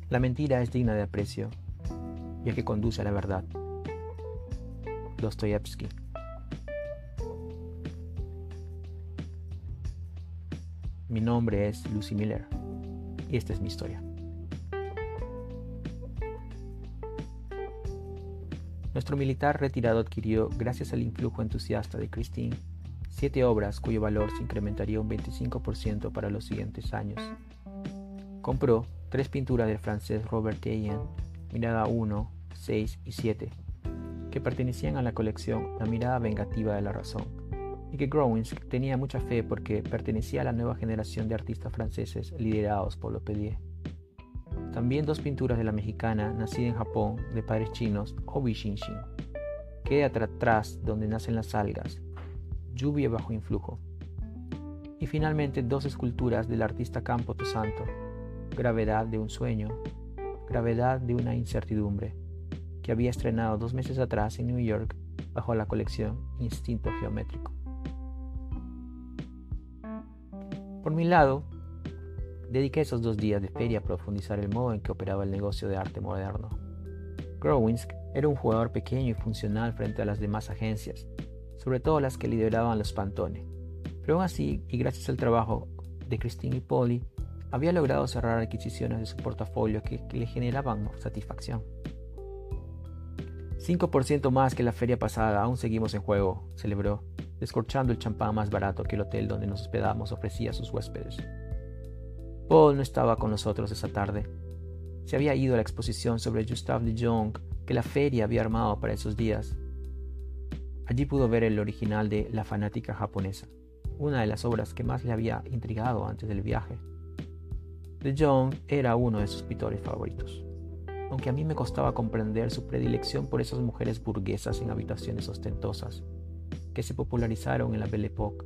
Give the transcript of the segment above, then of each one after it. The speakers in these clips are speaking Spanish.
La mentira es digna de aprecio, ya que conduce a la verdad. Dostoyevsky. Mi nombre es Lucy Miller y esta es mi historia. Nuestro militar retirado adquirió, gracias al influjo entusiasta de Christine, 7 obras cuyo valor se incrementaría un 25% para los siguientes años. Compró 3 pinturas del francés Robert Taillien, Mirada 1, 6 y 7, que pertenecían a la colección La mirada vengativa de la razón, y que Grawinsk tenía mucha fe porque pertenecía a la nueva generación de artistas franceses liderados por Lepellier. También 2 pinturas de la mexicana, nacida en Japón, de padres chinos, Obi Shinshin, Quédate atrás donde nacen las algas, Lluvia bajo influjo. Y finalmente 2 esculturas del artista Campo Tosanto, Gravedad de un sueño, Gravedad de una incertidumbre, que había estrenado 2 meses atrás en New York bajo la colección Instinto Geométrico. Por mi lado, dediqué esos 2 días de feria a profundizar el modo en que operaba el negocio de arte moderno. Grawinsk era un jugador pequeño y funcional frente a las demás agencias, sobre todo las que lideraban los Pantone. Pero aún así, y gracias al trabajo de Christine y Polly, había logrado cerrar adquisiciones de su portafolio que le generaban satisfacción. 5% más que la feria pasada, aún seguimos en juego, celebró, descorchando el champán más barato que el hotel donde nos hospedábamos ofrecía a sus huéspedes. Paul no estaba con nosotros esa tarde. Se había ido a la exposición sobre Gustave de Jong que la feria había armado para esos días. Allí pudo ver el original de La fanática japonesa, una de las obras que más le había intrigado antes del viaje. De Jong era uno de sus pintores favoritos, aunque a mí me costaba comprender su predilección por esas mujeres burguesas en habitaciones ostentosas que se popularizaron en la Belle Époque.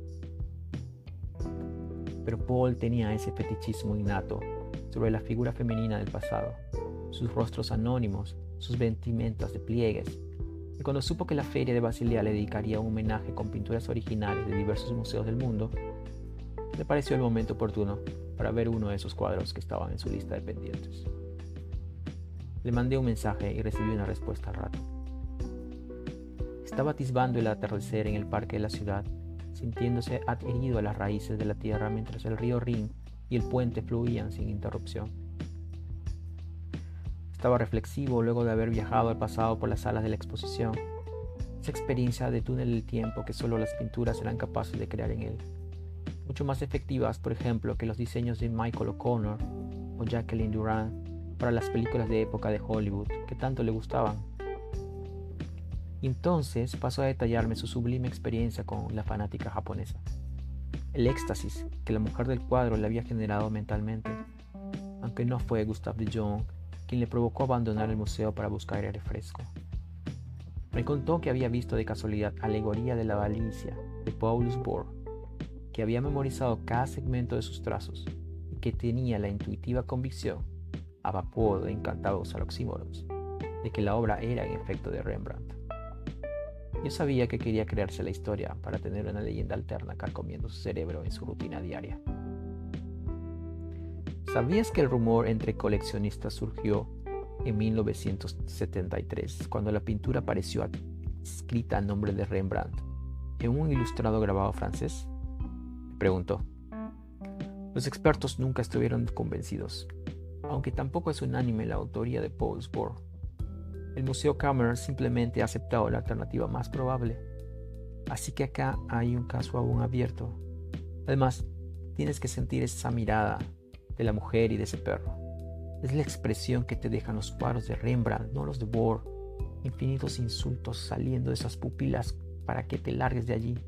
Pero Paul tenía ese fetichismo innato sobre la figura femenina del pasado, sus rostros anónimos, sus vestimentas de pliegues, y cuando supo que la feria de Basilea le dedicaría un homenaje con pinturas originales de diversos museos del mundo, le pareció el momento oportuno para ver uno de esos cuadros que estaban en su lista de pendientes. Le mandé un mensaje y recibí una respuesta al rato. Estaba atisbando el atardecer en el parque de la ciudad, sintiéndose adherido a las raíces de la tierra mientras el río Rin y el puente fluían sin interrupción. Estaba reflexivo luego de haber viajado al pasado por las salas de la exposición, esa experiencia de túnel del tiempo que solo las pinturas eran capaces de crear en él, mucho más efectivas, por ejemplo, que los diseños de Michael O'Connor o Jacqueline Durant para las películas de época de Hollywood que tanto le gustaban. Entonces pasó a detallarme su sublime experiencia con la fanática japonesa, el éxtasis que la mujer del cuadro le había generado mentalmente, aunque no fue Gustave de Jong quien le provocó abandonar el museo para buscar aire fresco. Me contó que había visto de casualidad Alegoría de la avaricia de Paulus Bort, que había memorizado cada segmento de sus trazos y que tenía la intuitiva convicción, a vapor de encantados oxímoros, de que la obra era en efecto de Rembrandt. Yo sabía que quería creerse la historia para tener una leyenda alterna carcomiendo su cerebro en su rutina diaria. ¿Sabías que el rumor entre coleccionistas surgió en 1973, cuando la pintura apareció escrita a nombre de Rembrandt en un ilustrado grabado francés? Preguntó. Los expertos nunca estuvieron convencidos, aunque tampoco es unánime la autoría de Paulus Bort. El Museo Kammer simplemente ha aceptado la alternativa más probable, así que acá hay un caso aún abierto. Además, tienes que sentir esa mirada de la mujer y de ese perro. Es la expresión que te dejan los cuadros de Rembrandt, no los de Bort. Infinitos insultos saliendo de esas pupilas para que te largues de allí.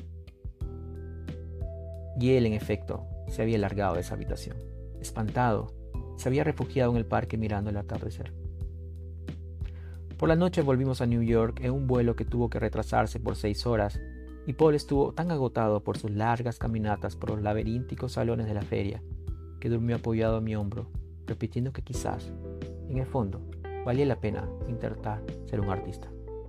Y él, en efecto, se había largado de esa habitación. Espantado, se había refugiado en el parque mirando el atardecer. Por la noche volvimos a New York en un vuelo que tuvo que retrasarse por 6 horas, y Paul estuvo tan agotado por sus largas caminatas por los laberínticos salones de la feria, que durmió apoyado a mi hombro, repitiendo que quizás, en el fondo, valía la pena intentar ser un artista.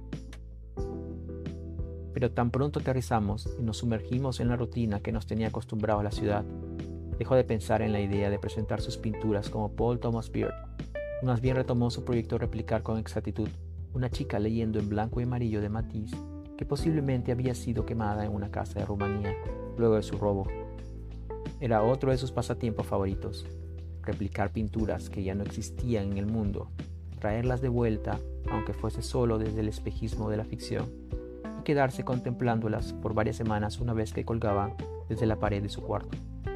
Pero tan pronto aterrizamos y nos sumergimos en la rutina que nos tenía acostumbrados a la ciudad, dejó de pensar en la idea de presentar sus pinturas como Paul Thomas Beard Más bien retomó su proyecto de replicar con exactitud una chica leyendo en blanco y amarillo de Matisse que posiblemente había sido quemada en una casa de Rumanía luego de su robo. Era otro de sus pasatiempos favoritos, replicar pinturas que ya no existían en el mundo, traerlas de vuelta, aunque fuese solo desde el espejismo de la ficción, y quedarse contemplándolas por varias semanas una vez que colgaban desde la pared de su cuarto.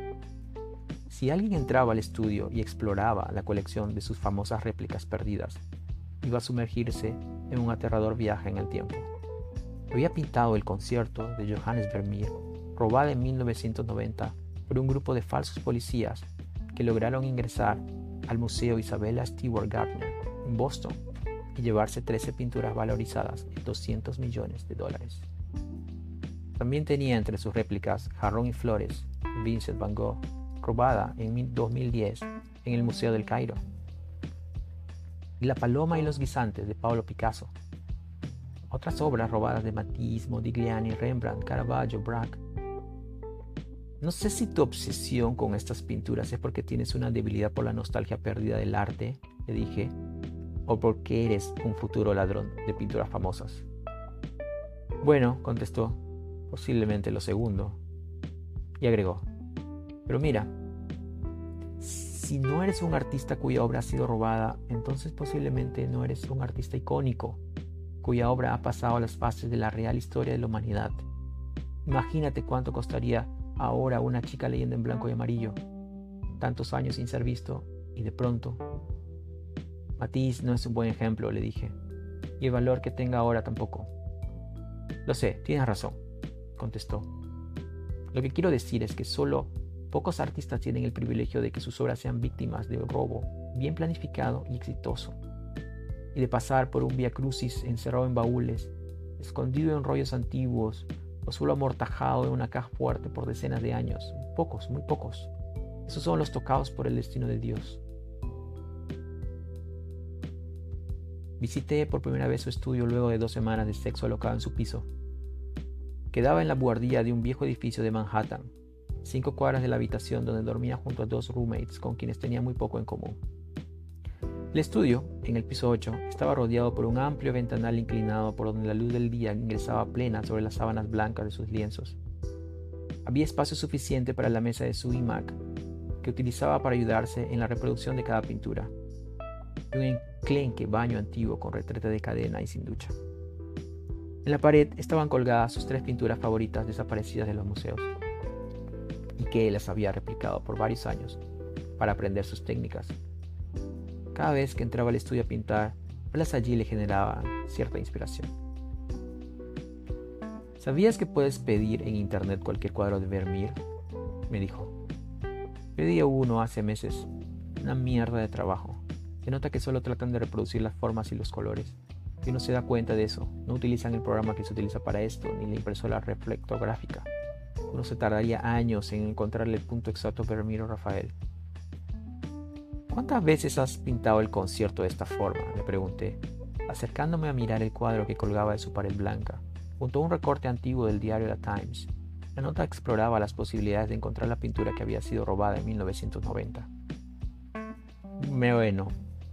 Si alguien entraba al estudio y exploraba la colección de sus famosas réplicas perdidas, iba a sumergirse en un aterrador viaje en el tiempo. Había pintado el concierto de Johannes Vermeer, robada en 1990 por un grupo de falsos policías que lograron ingresar al Museo Isabella Stewart Gardner en Boston y llevarse 13 pinturas valorizadas en $200 millones. También tenía entre sus réplicas Jarrón y Flores, Vincent van Gogh, robada en 2010 en el Museo del Cairo, y La Paloma y los Guisantes de Pablo Picasso. Otras obras robadas de Matisse, Modigliani, Rembrandt, Caravaggio, Braque. No sé si tu obsesión con estas pinturas es porque tienes una debilidad por la nostalgia perdida del arte, le dije, o porque eres un futuro ladrón de pinturas famosas. Bueno, contestó, posiblemente lo segundo. Y agregó, pero mira, si no eres un artista cuya obra ha sido robada, entonces posiblemente no eres un artista icónico, cuya obra ha pasado a las fases de la real historia de la humanidad. Imagínate cuánto costaría ahora una chica leyendo en blanco y amarillo, tantos años sin ser visto, y de pronto... Matisse no es un buen ejemplo, le dije, y el valor que tenga ahora tampoco. Lo sé, tienes razón, contestó. Lo que quiero decir es que solo pocos artistas tienen el privilegio de que sus obras sean víctimas de un robo bien planificado y exitoso, y de pasar por un vía crucis encerrado en baúles, escondido en rollos antiguos, o solo amortajado en una caja fuerte por decenas de años. Pocos, muy pocos. Esos son los tocados por el destino de Dios. Visité por primera vez su estudio luego de 2 semanas de sexo alocado en su piso. Quedaba en la buhardilla de un viejo edificio de Manhattan, 5 cuadras de la habitación donde dormía junto a 2 roommates con quienes tenía muy poco en común. El estudio, en el piso 8, estaba rodeado por un amplio ventanal inclinado por donde la luz del día ingresaba plena sobre las sábanas blancas de sus lienzos. Había espacio suficiente para la mesa de su iMac, que utilizaba para ayudarse en la reproducción de cada pintura, y un enclenque baño antiguo con retrete de cadena y sin ducha. En la pared estaban colgadas sus 3 pinturas favoritas desaparecidas de los museos, y que él las había replicado por varios años para aprender sus técnicas. Cada vez que entraba al estudio a pintar, verlas allí le generaban cierta inspiración. ¿Sabías que puedes pedir en internet cualquier cuadro de Vermeer?, me dijo. Pedí uno hace meses. Una mierda de trabajo. Se nota que solo tratan de reproducir las formas y los colores. Y uno se da cuenta de eso. No utilizan el programa que se utiliza para esto, ni la impresora reflectográfica. Uno se tardaría años en encontrarle el punto exacto a Vermeer o Rafael. ¿Cuántas veces has pintado el concierto de esta forma?, le pregunté, acercándome a mirar el cuadro que colgaba de su pared blanca, junto a un recorte antiguo del diario The Times. La nota exploraba las posibilidades de encontrar la pintura que había sido robada en 1990. Bueno,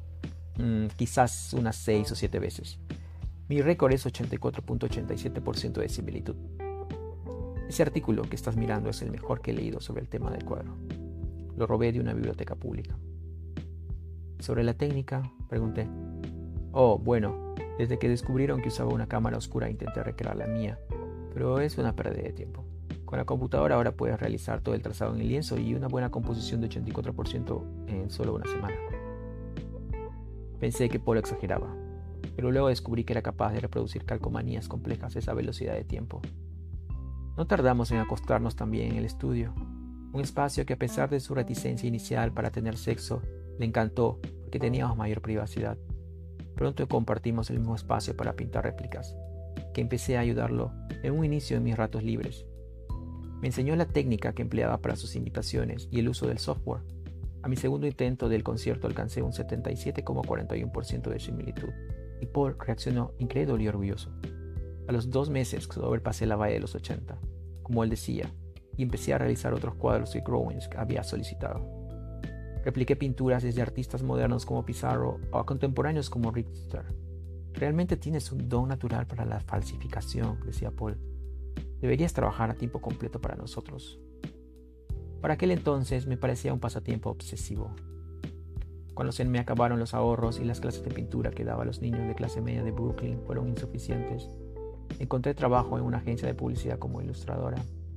quizás unas 6 o 7 veces. Mi récord es 84.87% de similitud. Ese artículo que estás mirando es el mejor que he leído sobre el tema del cuadro. Lo robé de una biblioteca pública. ¿Sobre la técnica?, pregunté. Oh, bueno, desde que descubrieron que usaba una cámara oscura intenté recrear la mía, pero es una pérdida de tiempo. Con la computadora ahora puedes realizar todo el trazado en el lienzo y una buena composición de 84% en solo una semana. Pensé que Paul exageraba, pero luego descubrí que era capaz de reproducir calcomanías complejas a esa velocidad de tiempo. No tardamos en acostarnos también en el estudio, un espacio que a pesar de su reticencia inicial para tener sexo, le encantó porque teníamos mayor privacidad. Pronto compartimos el mismo espacio para pintar réplicas, que empecé a ayudarlo en un inicio en mis ratos libres. Me enseñó la técnica que empleaba para sus invitaciones y el uso del software. A mi segundo intento del concierto alcancé un 77,41% de similitud, y Paul reaccionó incrédulo y orgulloso. A los 2 meses sobrepasé la valla de los 80, como él decía, y empecé a realizar otros cuadros y drawings que había solicitado. Repliqué pinturas desde artistas modernos como Pissarro a contemporáneos como Richter. Realmente tienes un don natural para la falsificación, decía Paul. Deberías trabajar a tiempo completo para nosotros. Para aquel entonces me parecía un pasatiempo obsesivo. Cuando se me acabaron los ahorros y las clases de pintura que daba a los niños de clase media de Brooklyn fueron insuficientes, encontré trabajo en una agencia de publicidad como ilustradora.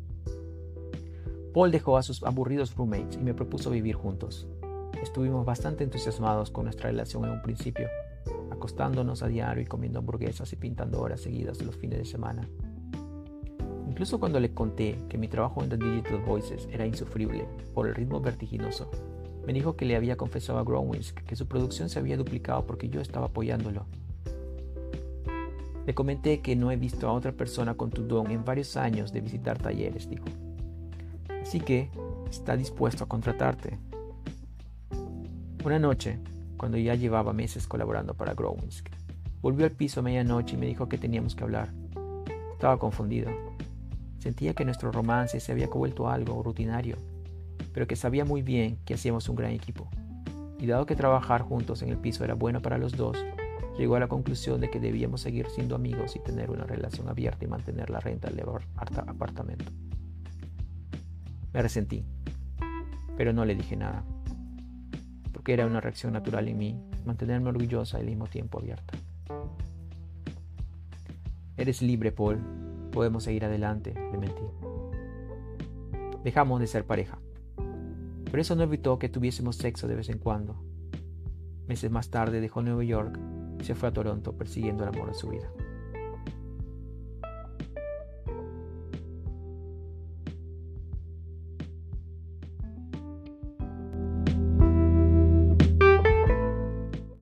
Paul dejó a sus aburridos roommates y me propuso vivir juntos. Estuvimos bastante entusiasmados con nuestra relación en un principio, acostándonos a diario y comiendo hamburguesas y pintando horas seguidas los fines de semana. Incluso cuando le conté que mi trabajo en The Digital Voices era insufrible por el ritmo vertiginoso, me dijo que le había confesado a Grownwinsk que su producción se había duplicado porque yo estaba apoyándolo. Le comenté que no he visto a otra persona con tu don en varios años de visitar talleres, dijo. Así que está dispuesto a contratarte. Una noche, cuando ya llevaba meses colaborando para Grownwinsk, volvió al piso a medianoche y me dijo que teníamos que hablar. Estaba confundido. Sentía que nuestro romance se había vuelto algo rutinario, pero que sabía muy bien que hacíamos un gran equipo. Y dado que trabajar juntos en el piso era bueno para los dos, llegó a la conclusión de que debíamos seguir siendo amigos y tener una relación abierta y mantener la renta del apartamento. Me resentí, pero no le dije nada, porque era una reacción natural en mí, mantenerme orgullosa y al mismo tiempo abierta. Eres libre, Paul. Podemos seguir adelante, le mentí. Dejamos de ser pareja, pero eso no evitó que tuviésemos sexo de vez en cuando. Meses más tarde dejó Nueva York y se fue a Toronto persiguiendo el amor de su vida.